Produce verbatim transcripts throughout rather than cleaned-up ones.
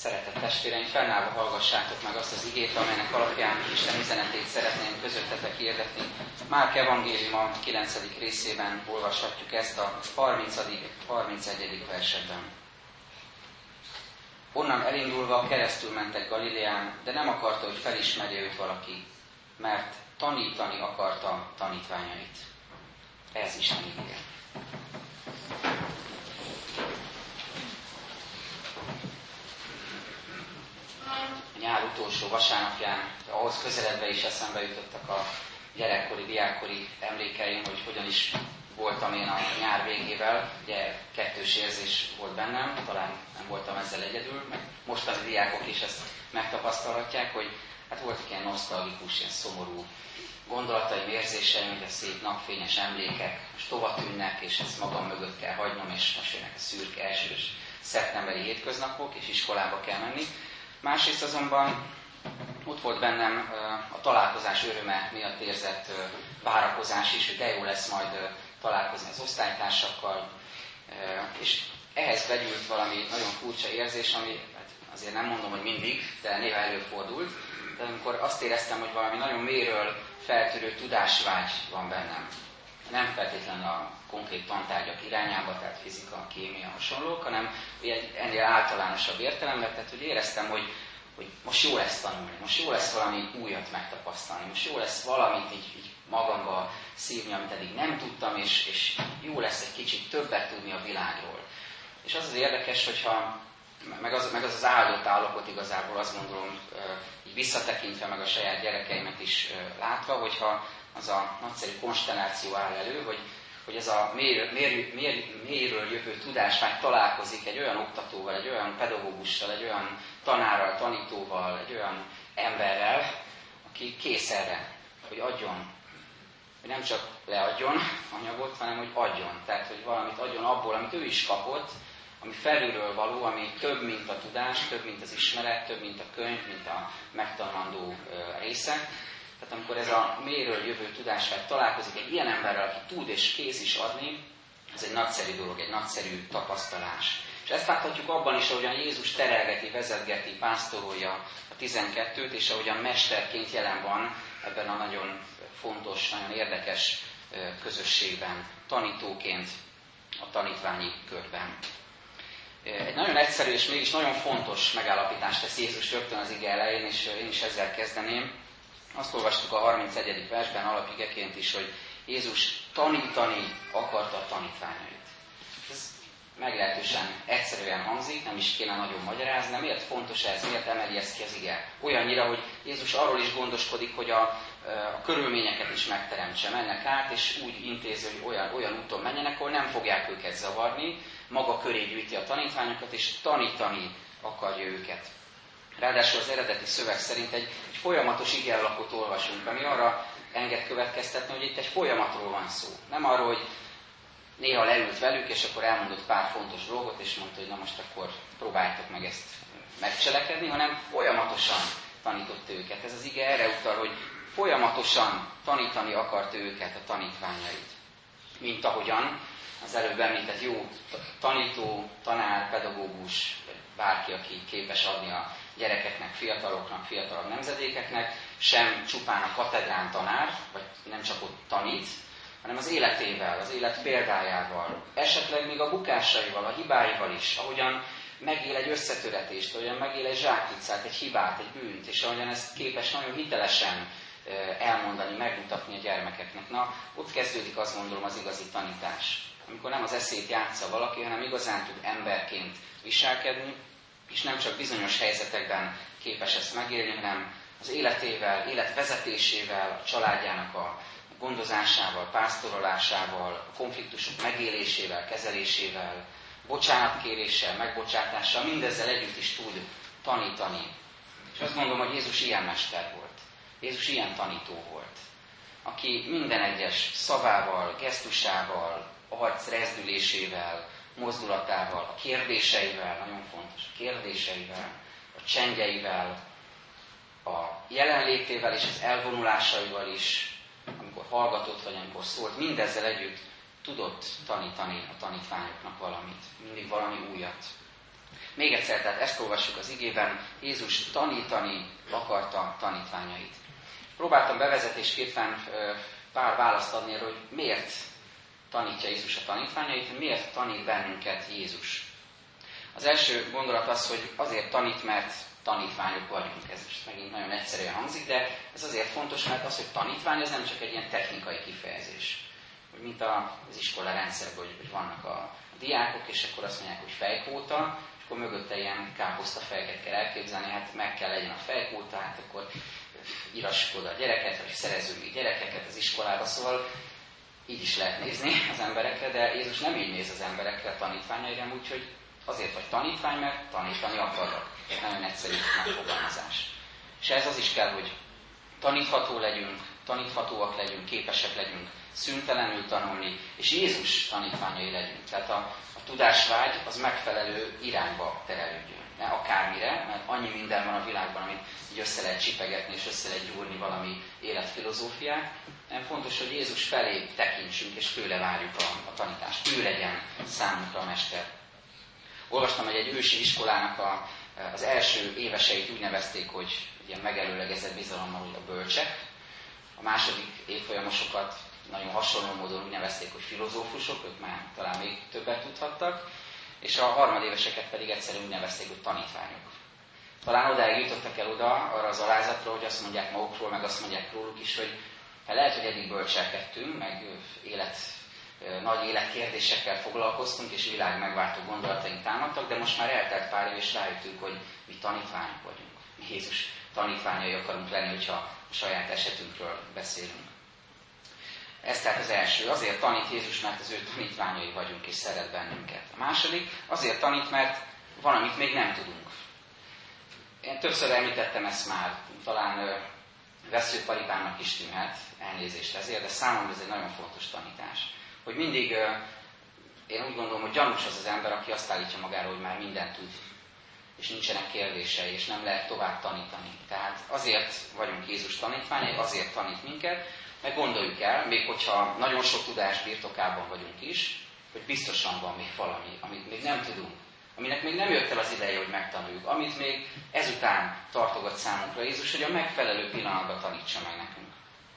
Szeretett testvéreim, fennállva hallgassátok meg azt az igét, amelynek alapján Isten üzenetét szeretném közöttetek hirdetni. Márk evangéliuma kilencedik részében olvashatjuk ezt a harmincadik harmincegyedik versetben. Onnan elindulva keresztül mentek Galileán, de nem akarta, hogy felismerje őt valaki, mert tanítani akarta tanítványait. Ez Isten igéje. A nyár utolsó vasárnapján, ahhoz közeledve is eszembe jutottak a gyerekkori, diákkori emlékeim, hogy hogyan is voltam én a nyár végével. Ugye kettős érzés volt bennem, talán nem voltam ezzel egyedül, meg mostani diákok is ezt megtapasztalhatják, hogy hát voltak ilyen nosztalgikus, ilyen szomorú gondolataim, érzéseim, hogy a szép napfényes emlékek most tova tűnnek, és ezt magam mögött kell hagynom, és most jönnek a szürke elsős szeptemberi hétköznapok, és iskolába kell menni. Másrészt azonban ott volt bennem a találkozás öröme miatt érzett várakozás is, hogy de jó lesz majd találkozni az osztálytársakkal, és ehhez vegyült valami nagyon furcsa érzés, ami hát azért nem mondom, hogy mindig, de néha előfordult, de amikor azt éreztem, hogy valami nagyon mélyről feltörő tudásvágy van bennem. Nem feltétlenül a konkrét tantárgyak irányába, tehát fizika, kémia, hasonlók, hanem egy ennél általánosabb értelemben, tehát hogy éreztem, hogy, hogy most jó lesz tanulni, most jó lesz valami újat megtapasztalni, most jó lesz valamit így, így magamba szívni, amit eddig nem tudtam, és, és jó lesz egy kicsit többet tudni a világról. És az az érdekes, hogyha meg az meg az, az áldott állapot igazából azt gondolom, így visszatekintve meg a saját gyerekeimet is látva, hogyha az a nagyszerű konstelláció áll elő, hogy, hogy ez a mély, mély, mély, mélyről jövő tudásvágy találkozik egy olyan oktatóval, egy olyan pedagógussal, egy olyan tanárral, tanítóval, egy olyan emberrel, aki kész erre, hogy adjon. Hogy nem csak leadjon anyagot, hanem hogy adjon. Tehát, hogy valamit adjon abból, amit ő is kapott, ami felülről való, ami több, mint a tudás, több, mint az ismeret, több, mint a könyv, mint a megtanulandó részek. Tehát amikor ez a mélyről jövő tudásvágy találkozik egy ilyen emberrel, aki tud és kész is adni, ez egy nagyszerű dolog, egy nagyszerű tapasztalás. És ezt láthatjuk abban is, ahogyan Jézus terelgeti, vezetgeti, pásztorolja a tizenkettőt, és ahogyan mesterként jelen van ebben a nagyon fontos, nagyon érdekes közösségben, tanítóként a tanítványi körben. Egy nagyon egyszerű és mégis nagyon fontos megállapítást tesz Jézus rögtön az ige elején, és én is ezzel kezdeném. Azt olvastuk a harmincegyedik versben alapigeként is, hogy Jézus tanítani akarta a tanítványait. Ez meglehetősen egyszerűen hangzik, nem is kéne nagyon magyarázni, de miért fontos ez, miért emeli ezt ki az ige? Olyannyira, hogy Jézus arról is gondoskodik, hogy a, a körülményeket is megteremtse, mennek át, és úgy intézi, hogy olyan, olyan úton menjenek, ahol nem fogják őket zavarni, maga köré gyűjti a tanítványokat, és tanítani akarja őket. Ráadásul az eredeti szöveg szerint egy, egy folyamatos igéalakot olvasunk, ami arra enged következtetni, hogy itt egy folyamatról van szó. Nem arról, hogy néha leült velük, és akkor elmondott pár fontos dolgot, és mondta, hogy na most akkor próbáljátok meg ezt megcselekedni, hanem folyamatosan tanított őket. Ez az ige erre utal, hogy folyamatosan tanítani akart őket, a tanítványait. Mint ahogyan az előbb említett jó tanító, tanár, pedagógus, bárki, aki képes adni a gyerekeknek, fiataloknak, fiatalabb nemzedékeknek, sem csupán a katedrán tanár, vagy nem csak ott tanít, hanem az életével, az élet példájával, esetleg még a bukásaival, a hibáival is, ahogyan megél egy összetöretést, ahogyan megél egy zsákutcát, egy hibát, egy bűnt, és ahogyan ezt képes nagyon hitelesen elmondani, megmutatni a gyermekeknek. Na, ott kezdődik, azt gondolom, az igazi tanítás. Amikor nem az eszét játsza valaki, hanem igazán tud emberként viselkedni, és nem csak bizonyos helyzetekben képes ezt megélni, hanem az életével, életvezetésével, a családjának a gondozásával, pásztorolásával, a konfliktusok megélésével, kezelésével, bocsánatkéréssel, megbocsátással, mindezzel együtt is tud tanítani. És azt mondom, hogy Jézus ilyen mester volt. Jézus ilyen tanító volt, aki minden egyes szavával, gesztusával, arc rezdülésével, mozdulatával, a kérdéseivel, nagyon fontos, a kérdéseivel, a csendjeivel, a jelenlétével és az elvonulásaival is, amikor hallgatott vagy amikor szólt, mindezzel együtt tudott tanítani a tanítványoknak valamit, mindig valami újat. Még egyszer, tehát ezt olvassuk az igében, Jézus tanítani akarta tanítványait. Próbáltam bevezetésképpen pár választ adni arra, hogy miért tanítja Jézus a tanítványait, miért tanít bennünket Jézus. Az első gondolat az, hogy azért tanít, mert tanítványok vagyunk. Ez most megint nagyon egyszerűen hangzik, de ez azért fontos, mert az, hogy tanítvány, ez nem csak egy ilyen technikai kifejezés. Mint az iskola rendszerben, hogy vannak a diákok, és akkor azt mondják, hogy fejkóta, és akkor mögötte ilyen káposztafejeket kell elképzelni, hát meg kell legyen a fejkóta, hát akkor írassuk oda a gyereket, vagy szerezzünk még gyerekeket az iskolába, szóval így is lehet nézni az emberekre, de Jézus nem így néz az emberekre, a tanítványaira, úgyhogy azért vagy tanítvány, mert tanítani akarok. Nagyon egyszerű megfogalmazás. És ez az is kell, hogy tanítható legyünk, taníthatóak legyünk, képesek legyünk szüntelenül tanulni, és Jézus tanítványai legyünk. Tehát a, a tudásvágy az megfelelő irányba terelődjön. Ne akármire, mert annyi minden van a világban, amit így össze lehet csipegetni, és össze lehet gyúrni valami életfilozófiát. Nem fontos, hogy Jézus felé tekintsünk, és tőle várjuk a, a tanítást. Ő legyen számunkra a mester. Olvastam, hogy egy ősi iskolának a, az első éveseit úgy nevezték, hogy ilyen megelőlegezett bizalommal a bölcsek. A második évfolyamosokat nagyon hasonló módon úgy nevezték, hogy filozófusok, ők már talán még többet tudhattak, és a harmadéveseket pedig egyszerűen úgy nevezték, hogy tanítványok. Talán odáig jutottak el oda, arra az alázatra, hogy azt mondják magukról, meg azt mondják róluk is, hogy hát lehet, hogy eddig bölcselkedtünk, meg élet, nagy életkérdésekkel foglalkoztunk, és világ megváltó gondolataink támadtak, de most már eltelt pár év, és rájöttünk, hogy mi tanítványok vagyunk. Mi Jézus tanítványai akarunk lenni, hogyha a saját esetünkről beszélünk. Ez tehát az első. Azért tanít Jézus, mert az ő tanítványai vagyunk, és szeret bennünket. A második, azért tanít, mert van, amit még nem tudunk. Én többször említettem ezt már, talán veszőparipának is tűnhet, elnézést ezért, de számomra ez egy nagyon fontos tanítás. Hogy mindig, én úgy gondolom, hogy gyanús az az ember, aki azt állítja magáról, hogy már mindent tud, és nincsenek kérdései, és nem lehet tovább tanítani. Tehát azért vagyunk Jézus tanítványai, azért tanít minket, meg gondoljuk el, még hogyha nagyon sok tudás birtokában vagyunk is, hogy biztosan van még valami, amit még nem tudunk, aminek még nem jött el az ideje, hogy megtanuljuk, amit még ezután tartogat számunkra Jézus, hogy a megfelelő pillanatban tanítsa meg nekünk.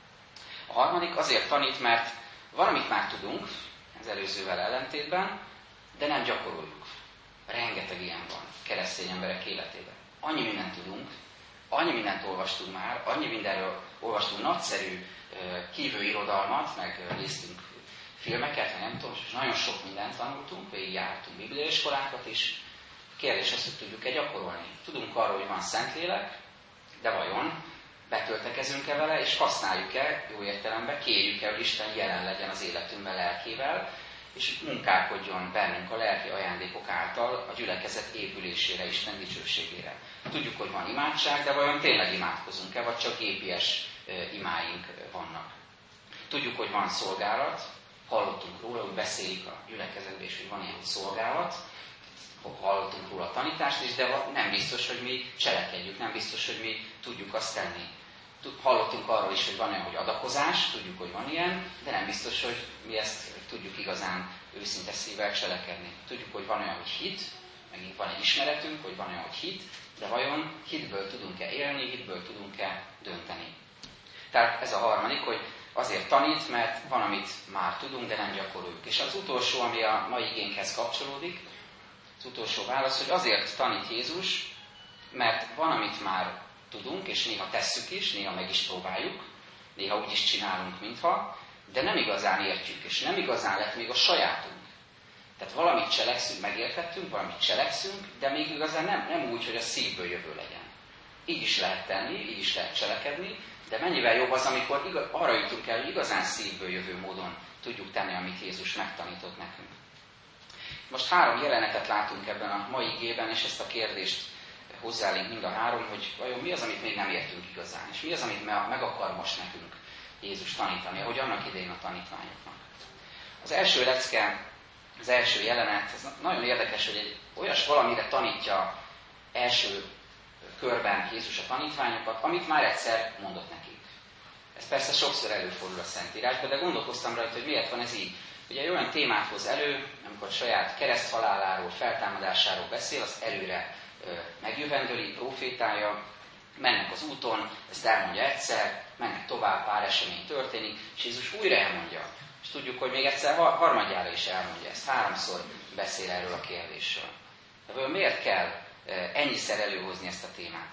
A harmadik azért tanít, mert valamit már tudunk, az előzővel ellentétben, de nem gyakoroljuk. Rengeteg ilyen van keresztény emberek életében. Annyi mindent tudunk, annyi mindent olvastunk már, annyi mindenről olvastunk nagyszerű kívőirodalmat, meg néztünk filmeket, meg nem tudom, és nagyon sok mindent tanultunk, végigjártunk bibliaiskolákat is. Kérdés az, hogy tudjuk-e gyakorolni. Tudunk arról, hogy van Szentlélek, de vajon betöltekezünk-e vele, és használjuk-e jó értelemben, kérjük-e, hogy Isten jelen legyen az életünkben lelkével, és munkálkodjon bennünk a lelki ajándékok által a gyülekezet épülésére, Isten dicsőségére. Tudjuk, hogy van imádság, de vajon tényleg imádkozunk-e, vagy csak gépies imáink vannak. Tudjuk, hogy van szolgálat, hallottunk róla, hogy beszélik a gyülekezetben is, hogy van ilyen szolgálat, hallottunk róla a tanítást is, de nem biztos, hogy mi cselekedjük, nem biztos, hogy mi tudjuk azt tenni. Hallottunk arról is, hogy van olyan, hogy adakozás, tudjuk, hogy van ilyen, de nem biztos, hogy mi ezt tudjuk igazán őszinte szívvel cselekedni. Tudjuk, hogy van olyan, hogy hit, megint van egy ismeretünk, hogy van olyan, hogy hit, de vajon hitből tudunk-e élni, hitből tudunk-e dönteni. Tehát ez a harmadik, hogy azért tanít, mert van, amit már tudunk, de nem gyakoroljuk. És az utolsó, ami a mai igénkhez kapcsolódik, az utolsó válasz, hogy azért tanít Jézus, mert van, amit már tudunk, és néha tesszük is, néha meg is próbáljuk, néha úgy is csinálunk, mintha, de nem igazán értjük, és nem igazán lett még a sajátunk. Tehát valamit cselekszünk, megértettünk, valamit cselekszünk, de még igazán nem, nem úgy, hogy a szívből jövő legyen. Így is lehet tenni, így is lehet cselekedni, de mennyivel jobb az, amikor igaz, arra jutunk el, hogy igazán szívből jövő módon tudjuk tenni, amit Jézus megtanított nekünk. Most három jelenetet látunk ebben a mai igében, és ezt a kérdést hozzálénk mind a három, hogy vajon mi az, amit még nem értünk igazán, és mi az, amit meg akar most nekünk Jézus tanítani, ahogy annak idején a tanítványoknak. Az első lecke, az első jelenet, ez nagyon érdekes, hogy egy olyas valamire tanítja első körben Jézus a tanítványokat, amit már egyszer mondott nekik. Ez persze sokszor előfordul a Szentírásban, de gondolkoztam rajta, hogy miért van ez így. Ugye olyan témát hoz elő, amikor a saját kereszthaláláról, feltámadásáról beszél, az előre ö, megjövendöli, profétálja, mennek az úton, ezt elmondja egyszer, mennek tovább, pár esemény történik, és Jézus újra elmondja. És tudjuk, hogy még egyszer harmadjára is elmondja ezt, háromszor beszél erről a kérdésről. De miért kell ennyiszer előhozni ezt a témát?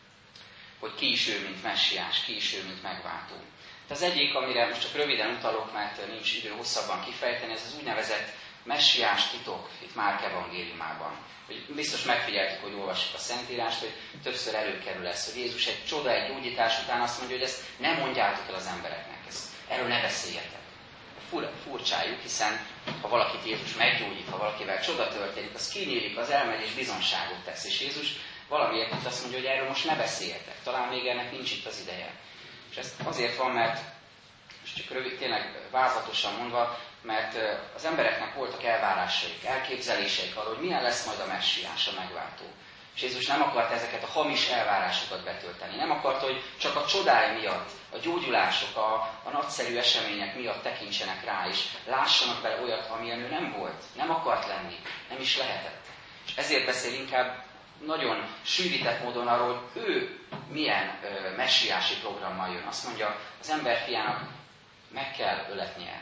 Hogy ki is ő, mint messiás, ki is ő, mint megváltó. Az egyik, amire most csak röviden utalok, mert nincs idő hosszabban kifejteni, ez az úgynevezett messiás titok itt Márk evangéliumában. Hogy biztos megfigyeltük, hogy olvassuk a Szentírást, hogy többször előkerül ez, hogy Jézus egy csoda, egy gyógyítás után azt mondja, hogy ezt nem mondjátok el az embereknek, ezt, erről ne beszéljetek. Fur, furcsájuk, hiszen ha valakit Jézus meggyógyít, ha valakivel csoda történik, az kinyílik, az elmegy és bizonságot tesz. És Jézus valamiért itt azt mondja, hogy erről most ne beszéljetek. Talán még ennek nincs itt az ideje. És ez azért van, mert, most csak rövid, tényleg vázlatosan mondva, mert az embereknek voltak elvárásaik, elképzeléseik arról, hogy milyen lesz majd a messiás, a megváltó. És Jézus nem akart ezeket a hamis elvárásokat betölteni. Nem akart, hogy csak a csodái miatt, a gyógyulások, a, a nagyszerű események miatt tekintsenek rá, és lássanak bele olyat, amilyen ő nem volt, nem akart lenni, nem is lehetett. És ezért beszél inkább nagyon sűrített módon arról, hogy ő milyen ö, messiási programmal jön. Azt mondja, az emberfiának meg kell öletnie,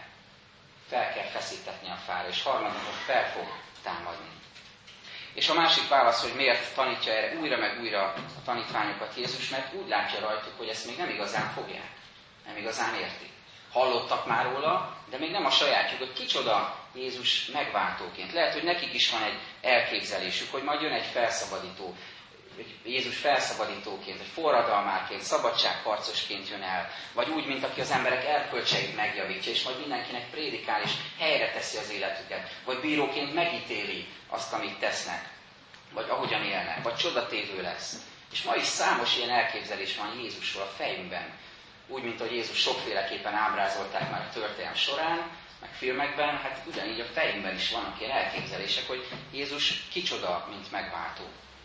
fel kell feszítetni a fára, és harmadikon fel fog támadni. És a másik válasz, hogy miért tanítja erre újra meg újra a tanítványokat Jézus, mert úgy látja rajtuk, hogy ezt még nem igazán fogják, nem igazán értik. Hallottak már róla, de még nem a sajátjukat. Kicsoda Jézus megváltóként. Lehet, hogy nekik is van egy elképzelésük, hogy majd jön egy felszabadító, hogy Jézus felszabadítóként, vagy forradalmárként, szabadságharcosként jön el, vagy úgy, mint aki az emberek erkölcseit megjavítja, és majd mindenkinek prédikál, és helyre teszi az életüket, vagy bíróként megítéli azt, amit tesznek, vagy ahogyan élnek, vagy csodatévő lesz. És ma is számos ilyen elképzelés van Jézusról a fejünkben. Úgy, mint ahogy Jézus sokféleképpen ábrázolták már a történelem során, meg filmekben, hát ugyanígy a fejünkben is vannak ilyen elképzelések, hogy Jézus kicsoda, mint megváltó.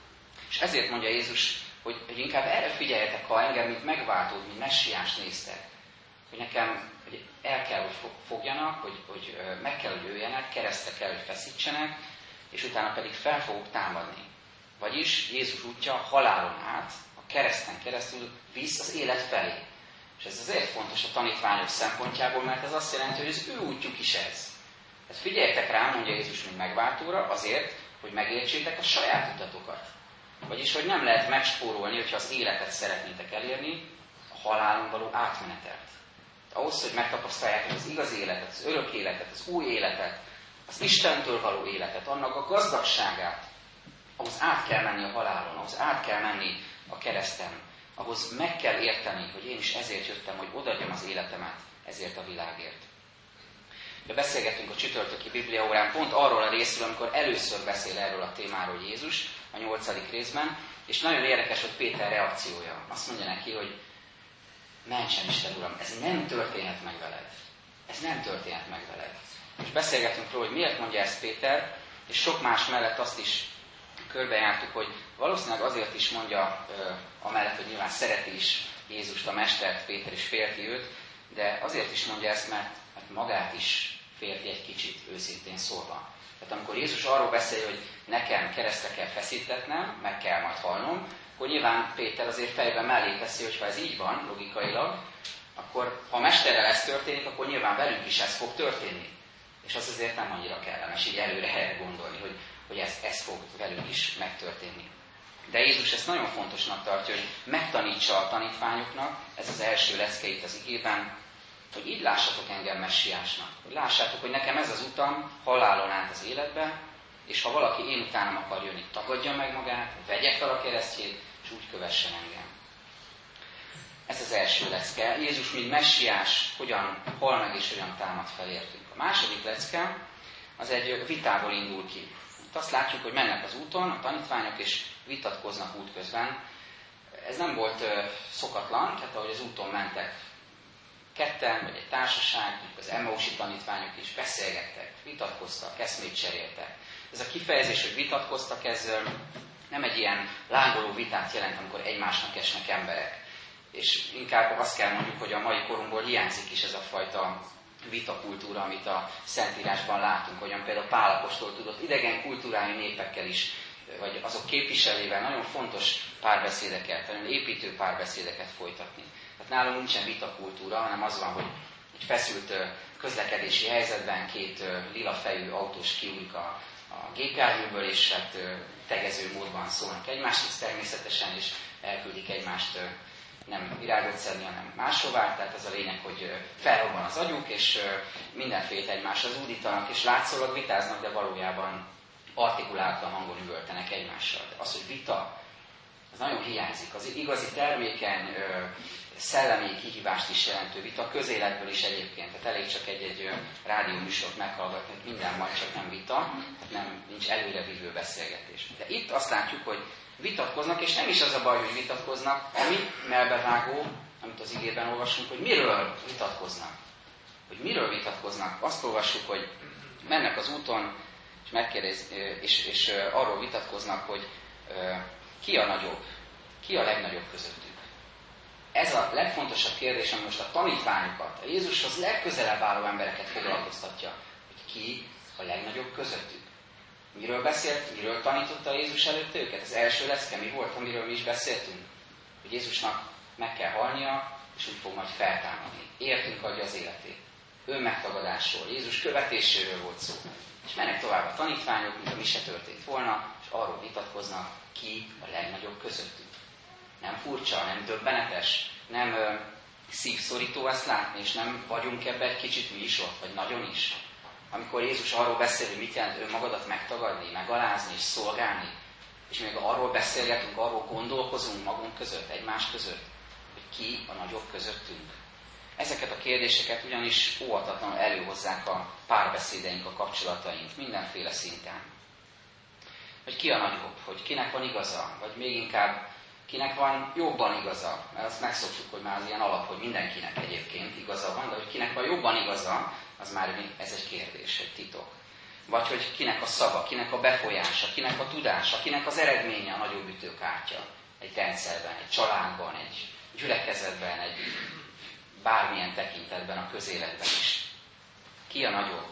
És ezért mondja Jézus, hogy, hogy inkább erre figyeljetek, ha engem, mint megváltót, mint messiást néztek. Hogy nekem hogy el kell, hogy fogjanak, hogy, hogy meg kell, hogy jöjjenek, keresztre kell, hogy feszítsenek, és utána pedig fel fogok támadni. Vagyis Jézus útja halálon át, a kereszten keresztül visz az élet felé. És ez azért fontos a tanítványok szempontjából, mert ez azt jelenti, hogy az ő útjuk is ez. Tehát figyeljetek rá, mondja Jézus, mint megváltóra, azért, hogy megértsétek a saját utatokat. Vagyis, hogy nem lehet megspórolni, hogyha az életet szeretnétek elérni, a halálon való átmenetelt. Ahhoz, hogy megtapasztaljátok az igaz életet, az örök életet, az új életet, az Istentől való életet, annak a gazdagságát, ahhoz át kell menni a halálon, ahhoz át kell menni a kereszten, ahhoz meg kell érteni, hogy én is ezért jöttem, hogy odaadjam az életemet ezért a világért. De beszélgetünk a csütörtöki bibliaórán pont arról a részről, amikor először beszél erről a témáról Jézus, a nyolcadik részben, és nagyon érdekes, hogy Péter reakciója. Azt mondja neki, hogy mentsen Isten Uram, ez nem történhet meg veled. Ez nem történhet meg veled. És beszélgetünk róla, hogy miért mondja ezt Péter, és sok más mellett azt is körbejártuk, hogy valószínűleg azért is mondja, amellett, hogy nyilván szereti is Jézust, a Mestert, Péter is félti őt, de azért is mondja ezt, mert, mert magát is félti egy kicsit, őszintén szólva. Tehát amikor Jézus arról beszél, hogy nekem keresztre kell feszítetnem, meg kell majd halnom, akkor nyilván Péter azért fejben mellé teszi, hogy ha ez így van, logikailag, akkor ha a Mesterrel ez történik, akkor nyilván velünk is ez fog történni. És az azért nem annyira kellemes így előre erre gondolni, hogy, hogy ez, ez fog velünk is megtörténni. De Jézus ezt nagyon fontosnak tartja, hogy megtanítsa a tanítványoknak, ez az első lecke itt az igében, hogy így lássatok engem messiásnak. Hogy lássátok, hogy nekem ez az utam halálon át az életbe, és ha valaki én utánam akar jönni, tagadja meg magát, vegye fel a keresztjét, és úgy kövessen engem. Ez az első lecke. Jézus, mint messiás, hogyan hal meg és hogyan támad fel értünk. A második lecke az egy vitából indul ki. Itt azt látjuk, hogy mennek az úton a tanítványok, és vitatkoznak útközben. Ez nem volt uh, szokatlan, tehát ahogy az úton mentek ketten, vagy egy társaság, az Emmausi tanítványok is beszélgettek, vitatkoztak, eszmét cseréltek. Ez a kifejezés, hogy vitatkoztak, ez uh, nem egy ilyen lángoló vitát jelent, amikor egymásnak esnek emberek. És inkább azt kell mondjuk, hogy a mai korunkból hiányzik is ez a fajta vitakultúra, amit a Szentírásban látunk, hogyan például Pál apostol tudott idegen kultúrájú népekkel is, vagy azok képviselével nagyon fontos párbeszédeket, nagyon építő párbeszédeket folytatni. Tehát nálunk nincsen vitakultúra, hanem az van, hogy egy feszült közlekedési helyzetben két lila fejű autós kiújik a, a gépjárműből, és hát tegező módban szólnak egymáshoz természetesen, és elküldik egymást nem virágot szedni, hanem máshová. Tehát az a lényeg, hogy felrobban az agyuk, és mindenféle egymáshoz údítanak, és látszólag vitáznak, de valójában artikuláltan hangon üvöltenek egymással. De az, hogy vita, az nagyon hiányzik. Az igazi termékeny, szellemi kihívást is jelentő vita, közéletből is egyébként. Tehát elég csak egy-egy rádióműsort meghallgatni, minden majd csak nem vita, tehát nem, nincs előrevívő beszélgetés. De itt azt látjuk, hogy vitatkoznak, és nem is az a baj, hogy vitatkoznak, ami melbevágó, amit az igében olvasunk, hogy miről vitatkoznak. Hogy miről vitatkoznak. Azt olvassuk, hogy mennek az úton, és megkérdez, és, és arról vitatkoznak, hogy ki a nagyobb, ki a legnagyobb közöttük. Ez a legfontosabb kérdés, ami most a tanítványokat, a Jézushoz legközelebb álló embereket foglalkoztatja, hogy ki a legnagyobb közöttük. Miről beszélt, miről tanította Jézus előtt őket? Az első lecke mi volt, amiről mi is beszéltünk? Hogy Jézusnak meg kell halnia, és úgy fog majd feltámadni. Értünk adja az életét. Önmegtagadásról, Jézus követéséről volt szó. És mennek tovább a tanítványok, mint mi se történt volna, és arról vitatkoznak, ki a legnagyobb közöttük. Nem furcsa, nem döbbenetes, nem ö, szívszorító ezt látni, és nem vagyunk ebbe egy kicsit mi is ott, vagy nagyon is. Amikor Jézus arról beszél, hogy mit jelent önmagadat megtagadni, megalázni és szolgálni, és még arról beszélgetünk, arról gondolkozunk magunk között, egymás között, hogy ki a nagyobb közöttünk. Ezeket a kérdéseket ugyanis óvatatlanul előhozzák a párbeszédeink, a kapcsolataink mindenféle szinten. Hogy ki a nagyobb, hogy kinek van igaza, vagy még inkább kinek van jobban igaza. Mert azt megszoktuk, hogy már az ilyen alap, hogy mindenkinek egyébként igaza van, de hogy kinek van jobban igaza, az már ez egy kérdés, egy titok. Vagy hogy kinek a szava, kinek a befolyása, kinek a tudása, kinek az eredménye a nagyobb ütőkártya. Egy rendszerben, egy családban, egy gyülekezetben, egy bármilyen tekintetben, a közéletben is. Ki a nagyobb?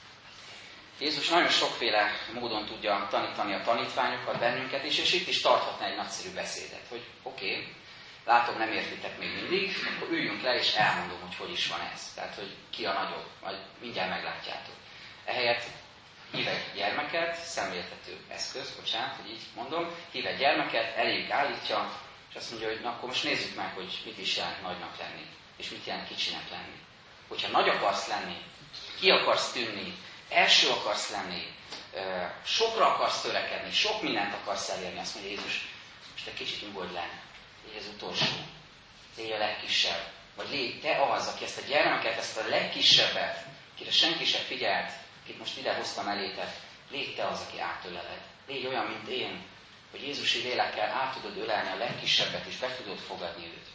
Jézus nagyon sokféle módon tudja tanítani a tanítványokat, bennünket is, és itt is tarthatna egy nagyszerű beszédet, hogy oké, okay, látom, nem értitek még mindig, akkor üljünk le, és elmondom, hogy hogy is van ez. Tehát, hogy ki a nagyobb, majd mindjárt meglátjátok. Ehelyett hív egy gyermeket, szemléltető eszköz, bocsánat, hogy így mondom, hív egy gyermeket, eléjük állítja, és azt mondja, hogy na, akkor most nézzük meg, hogy mit is jelent nagynak lenni, és mit jelent kicsinek lenni. Hogyha nagy akarsz lenni, ki akarsz tűnni, első akarsz lenni, sokra akarsz törekedni, sok mindent akarsz elérni, azt mondja Jézus, most egy kicsit nyugodj le, légy az utolsó, légy a legkisebb, vagy légy te az, aki ezt a gyermeket, ezt a legkisebbet, akire senki sem figyelt, akit most ide hoztam elétek, légy te az, aki átöleled. Légy olyan, mint én, hogy Jézusi lélekkel át tudod ölelni a legkisebbet, és be tudod fogadni őt.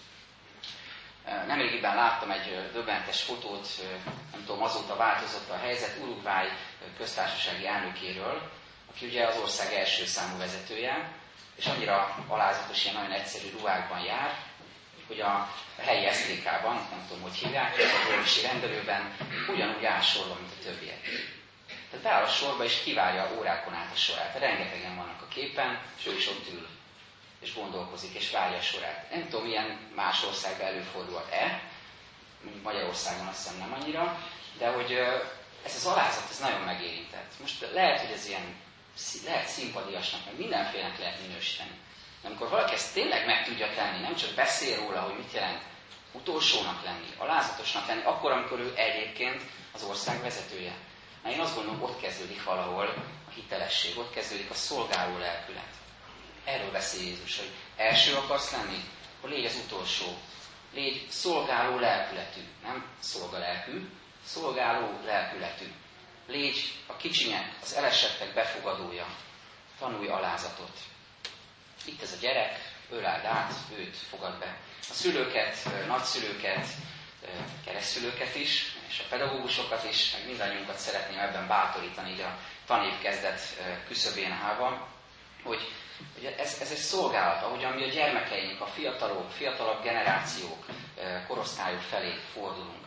Nemrégiben láttam egy döbbenetes fotót, nem tudom, azóta változott a helyzet, Uruguay köztársasági elnökéről, aki ugye az ország első számú vezetője, és annyira alázatos, ilyen nagyon egyszerű ruhákban jár, hogy a helyi es té ká-ban, nem tudom, hogy hívják, az orvosi rendelőben ugyanúgy áll sorba, mint a többiek. Tehát beáll a sorba, és kivárja órákon át a sorát. Rengetegen vannak a képen, és ő is ott ül, és gondolkozik, és várja a sorát. Nem tudom, ilyen más országban előfordulhat-e, Magyarországon azt hiszem nem annyira, de hogy ez az alázat, ez nagyon megérintett. Most lehet, hogy ez ilyen, lehet szimpadiasnak, mert mindenfélenek lehet minősíteni. De amikor valaki ezt tényleg meg tudja tenni, nem csak beszél róla, hogy mit jelent utolsónak lenni, alázatosnak lenni, akkor, amikor ő egyébként az ország vezetője. Mert én azt gondolom, ott kezdődik valahol a hitelesség, ott kezdődik a szolgáló lelkület. Erről beszél Jézus, hogy első akarsz lenni, akkor légy az utolsó. Légy szolgáló lelkületű, nem szolgalelkű, szolgáló lelkületű. Légy a kicsinyek, az elesettek befogadója. Tanulj alázatot. Itt ez a gyerek, öláld át, őt fogad be. A szülőket, nagyszülőket, keresztszülőket is, és a pedagógusokat is, meg mindannyiunkat szeretném ebben bátorítani, így a tanév kezdet küszöbén állva, hogy, hogy ez, ez egy szolgálat, ahogyan mi a gyermekeink, a fiatalok, fiatalabb generációk, korosztályok felé fordulunk.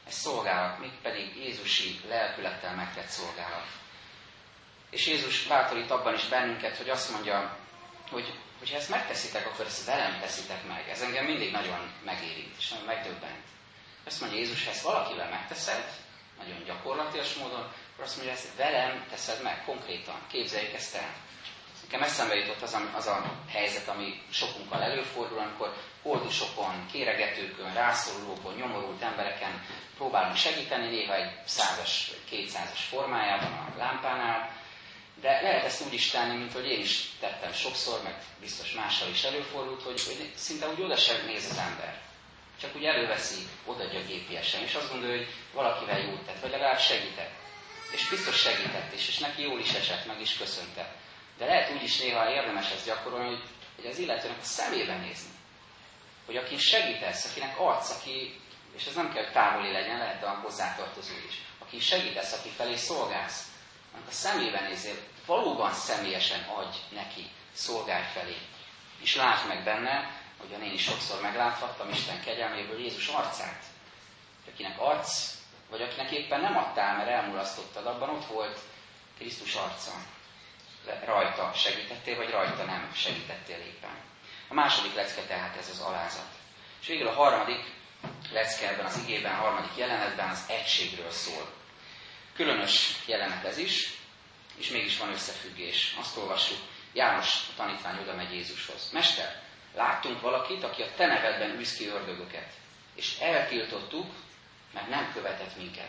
Ez szolgálat, mégpedig Jézusi lelkülettel megtett szolgálat. És Jézus bátorít abban is bennünket, hogy azt mondja, hogy ha ezt megteszitek, akkor ezt velem teszitek meg. Ez engem mindig nagyon megérint, és nagyon megdöbbent. Azt mondja Jézus, ha ezt valakivel megteszed, nagyon gyakorlatias módon, akkor azt mondja, ezt velem teszed meg, konkrétan. Képzeljük ezt el. Nekem eszembe jutott az a, az a helyzet, ami sokunkkal előfordul, amikor koldusokon, kéregetőkön, rászorulókon, nyomorult embereken próbálunk segíteni, néha egy százas, kétszázas formájában a lámpánál, de lehet ezt úgy is tenni, mint hogy én is tettem sokszor, meg biztos mással is előfordult, hogy, hogy szinte úgy oda sem néz az ember. Csak úgy előveszi, odaadja a gé pé esen, és azt gondolja, hogy valakivel jót tett, vagy legalább segített. És biztos segített is, és neki jól is esett, meg is köszönte. De lehet úgy is néha érdemes ezt gyakorolni, hogy, hogy az illetőnek a szemébe nézni. Hogy aki segítesz, akinek adsz, aki, és ez nem kell, hogy távoli legyen, lehet a hozzátartozó is. Aki segítesz, aki felé szolgálsz, annak a szemébe nézzél, valóban személyesen adj neki, szolgálj felé. És lásd meg benne, ahogyan én is sokszor megláthattam Isten kegyelméből Jézus arcát. Akinek adsz, vagy akinek éppen nem adtál, mert elmulasztottad, abban ott volt Krisztus arca. Rajta segítettél, vagy rajta nem segítettél éppen. A második lecke tehát ez az alázat. És végül a harmadik lecke ebben az igében, a harmadik jelenetben az egységről szól. Különös jelenet ez is, és mégis van összefüggés. Azt olvassuk, János a tanítvány oda megy Jézushoz. Mester, láttunk valakit, aki a te nevedben űz ki ördögöket, és eltiltottuk, mert nem követett minket.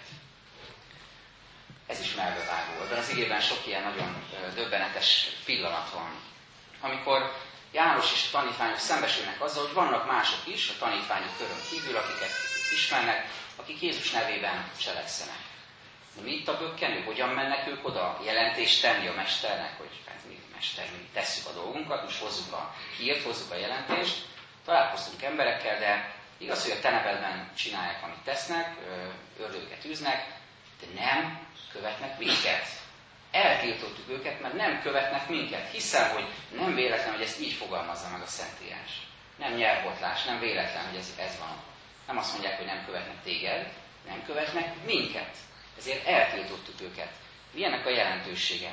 Ez is melbevágó. Ebben az igében sok ilyen nagyon döbbenetes pillanat van. Amikor János és a tanítványok szembesülnek azzal, hogy vannak mások is, a tanítványok körön kívül, akiket ismernek, akik Jézus nevében cselekszenek. De mi itt a bökkenő? Hogyan mennek ők oda jelentést tenni a mesternek, hogy hát mi mester, mi tesszük a dolgunkat, most hozzuk a hírt, hozzuk a jelentést. Találkoztunk emberekkel, de igaz, hogy a te nevedben csinálják, amit tesznek, ördögöket űznek, de nem követnek minket. Eltiltottuk őket, mert nem követnek minket. Hiszem, hogy nem véletlen, hogy ezt így fogalmazza meg a Szentírás. Nem nyelvbotlás, nem véletlen, hogy ez, ez van. Nem azt mondják, hogy nem követnek téged, nem követnek minket. Ezért eltiltottuk őket. Mi ennek a jelentősége?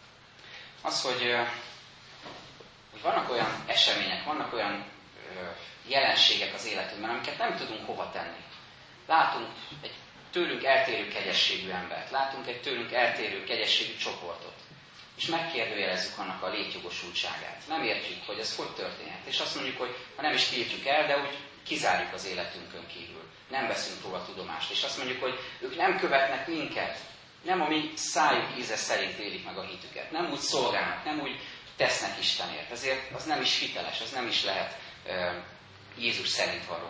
Az, hogy, hogy vannak olyan események, vannak olyan jelenségek az életünkben, amiket nem tudunk hova tenni. Látunk egy tőlünk eltérő kegyességű embert, látunk egy tőlünk eltérő kegyességű csoportot, és megkérdőjelezzük annak a létjogosultságát. Nem értjük, hogy ez hogy történhet. És azt mondjuk, hogy ha nem is tiltjuk el, de úgy kizárjuk az életünkön kívül. Nem veszünk róla tudomást. És azt mondjuk, hogy ők nem követnek minket. Nem a mi szájuk íze szerint élik meg a hitüket. Nem úgy szolgálnak, nem úgy tesznek Istenért. Ezért az nem is hiteles, az nem is lehet uh, Jézus szerint való.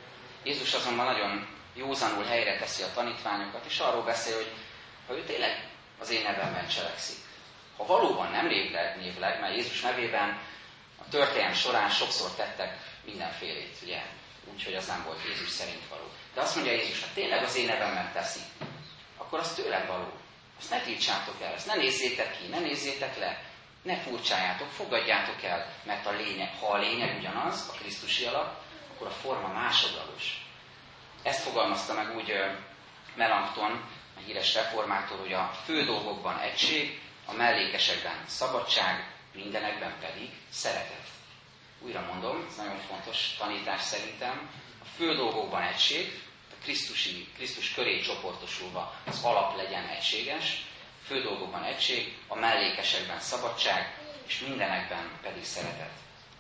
Jézus azonban nagyon józanul helyre teszi a tanítványokat, és arról beszél, hogy ha ő tényleg az én nevemben cselekszik, ha valóban nem névleg, mert Jézus nevében a történelem során sokszor tettek mindenfélét, ugye? Úgyhogy az nem volt Jézus szerint való. De azt mondja Jézus, ha tényleg az én nevemben teszi, akkor az tőlem való. Azt ne tiltsátok el, azt ne nézzétek ki, ne nézzétek le, ne furcsájátok, fogadjátok el, mert a lényeg, ha a lényeg ugyanaz, a krisztusi alap, akkor a forma másodlagos. Ezt fogalmazta meg úgy Melanchthon, a híres reformátor, hogy a fő dolgokban egység, a mellékesekben szabadság, mindenekben pedig szeretet. Újra mondom, ez nagyon fontos tanítás szerintem. A fő dolgokban egység, a Krisztusi, Krisztus köré csoportosulva az alap legyen egységes, fő dolgokban egység, a mellékesekben szabadság, és mindenekben pedig szeretet.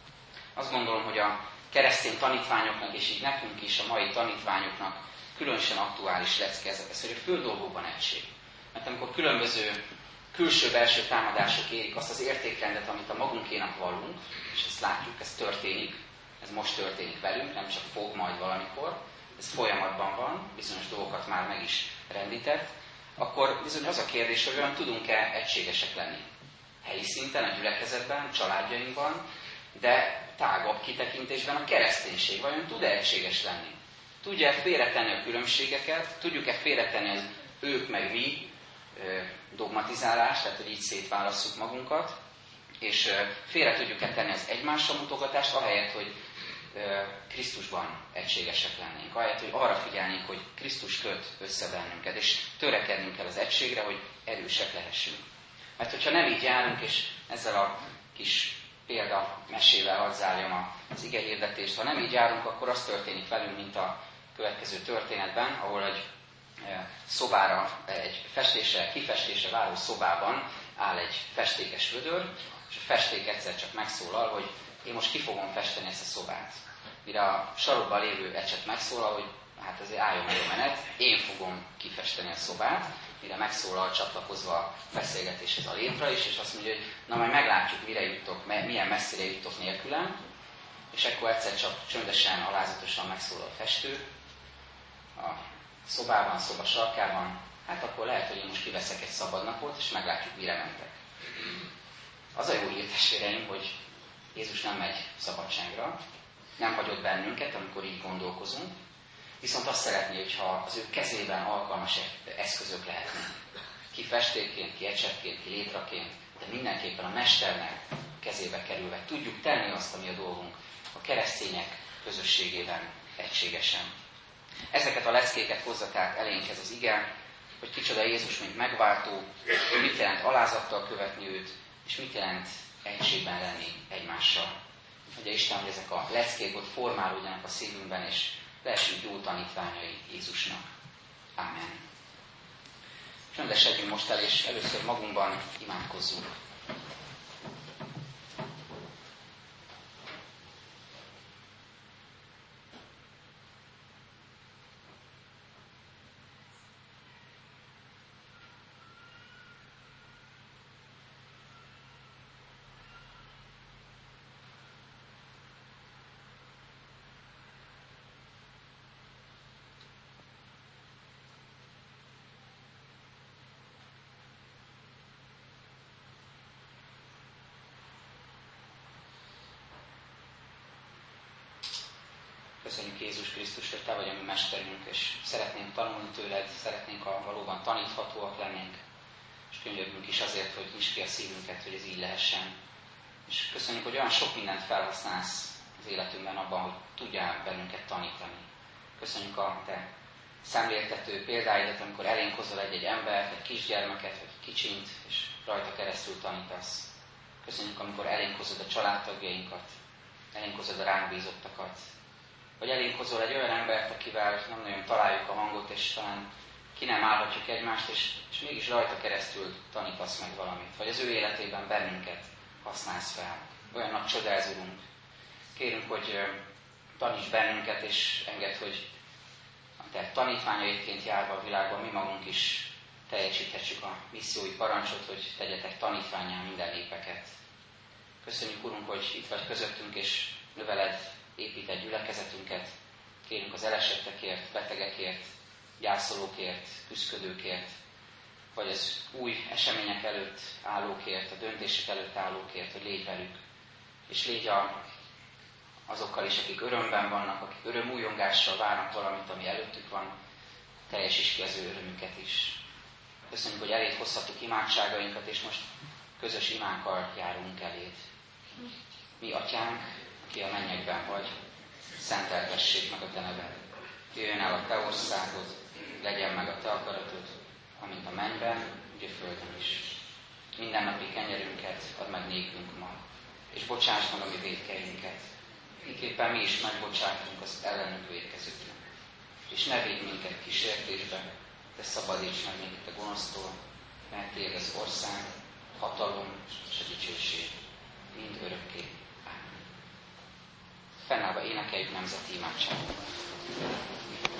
Azt gondolom, hogy a keresztény tanítványoknak, és így nekünk is, a mai tanítványoknak különösen aktuális lecke ez, hogy a fő dolgokban egység. Mert amikor különböző külső-belső támadások érik azt az értékrendet, amit a magunkénak vallunk, és ezt látjuk, ez történik, ez most történik velünk, nem csak fog majd valamikor, ez folyamatban van, bizonyos dolgokat már meg is rendített, akkor bizony az a kérdés, hogy olyan tudunk-e egységesek lenni. Helyi szinten, a gyülekezetben, családjainkban, de tágabb kitekintésben a kereszténység vajon tud-e egységes lenni? Tudja-e félretenni a különbségeket? Tudjuk-e félretenni az ők meg mi dogmatizálást, tehát hogy így szétválasszuk magunkat, és félre tudjuk-e tenni az egymásra mutogatást, ahelyett, hogy Krisztusban egységesek lennénk. Ahelyett, hogy arra figyelnénk, hogy Krisztus köt össze bennünket, és törekednünk kell az egységre, hogy erősek lehessünk. Mert hogyha nem így járunk, és ezzel a kis példa mesével hadd zárjam az ige hirdetést, ha nem így járunk, akkor az történik velünk, mint a következő történetben, ahol egy szobára, egy festésre, kifestésre váró szobában áll egy festékes vödör, és a festék egyszer csak megszólal, hogy én most ki fogom festeni ezt a szobát. Mire a sarokban lévő ecset megszólal, hogy hát azért álljon meg a menet, én fogom kifesteni a szobát, mire megszólal csatlakozva a beszélgetéshez a létra is, és azt mondja, hogy na majd meglátjuk, mire juttok, milyen messzire juttok nélkülem, és akkor egyszer csak csöndesen, alázatosan megszólal a festő a szobában, a szoba sarkában, hát akkor lehet, hogy én most kiveszek egy szabadnapot, és meglátjuk, mire mentek. Az a jó hír, testvéreim, hogy Jézus nem megy szabadságra, nem hagyott bennünket, amikor így gondolkozunk, viszont azt szeretné, hogyha az ő kezében alkalmas eszközök lehetnek. Ki festékként, ki ecsetként, ki létraként, de mindenképpen a Mesternek kezébe kerülve tudjuk tenni azt, ami a dolgunk, a keresztények közösségében egységesen. Ezeket a leckéket hozza tehát elénk ez az ige, hogy kicsoda Jézus, mint megváltó, mit jelent alázattal követni őt, és mit jelent egységben lenni egymással. Ugye Isten, hogy ezek a leckék ott formálódjanak a szívünkben, és lehessünk jó tanítványai Jézusnak. Amen. Csöndesedjünk most el, és először magunkban imádkozzunk. Köszönjük Jézus Krisztus, hogy Te vagy a mi Mesterünk, és szeretnénk tanulni tőled, szeretnénk, ha valóban taníthatóak lennénk, és könyörgünk is azért, hogy nyisd ki a szívünket, hogy ez így lehessen. És köszönjük, hogy olyan sok mindent felhasználsz az életünkben abban, hogy tudjál bennünket tanítani. Köszönjük a Te szemléltető példáidat, amikor elénk hozol egy-egy embert, egy kisgyermeket, vagy kicsint, és rajta keresztül tanítasz. Köszönjük, amikor elénk hozod a családtagjainkat, elénk hozod a ránk bízottakat, vagy elénk hozol egy olyan embert, akivel nem nagyon találjuk a hangot, és talán ki nem állhatjuk egymást, és, és mégis rajta keresztül tanítasz meg valamit. Vagy az ő életében bennünket használsz fel. Olyan nagy csodálsz, Urunk. Kérünk, hogy taníts bennünket, és engedd, hogy a Te tanítványaidként járva a világban mi magunk is teljesíthessük a missziói parancsot, hogy tegyetek tanítvánnyá minden népeket. Köszönjük, Urunk, hogy itt vagy közöttünk, és növeled, építed gyülekezetünket. Kérünk az elesettekért, betegekért, gyászolókért, küszködőkért, vagy az új események előtt állókért, a döntések előtt állókért, hogy légy velük. És légy a, azokkal is, akik örömben vannak, akik örömújongással várnak valamit, ami előttük van, teljesíts ki az ő örömüket is. Köszönjük, hogy eléd hozhatjuk imádságainkat, és most közös imánkkal járunk eléd. Mi, Atyánk, aki a mennyekben vagy, szenteltessék meg a Te neved. Jöjjön el a Te országod, legyen meg a Te akaratod, amint a mennyben, úgy a földön is. Mindennapi kenyerünket add meg nékünk ma, és bocsáss meg a mi vétkeinket, miképpen mi is megbocsátunk az ellenünk vétkezőknek. És ne védj minket kísértésbe, de szabadíts meg minket a gonosztól, mert Tiéd az ország, hatalom és a dicsőség mind örökké. Amen. Fennállva énekeljük nemzeti imádságunkat.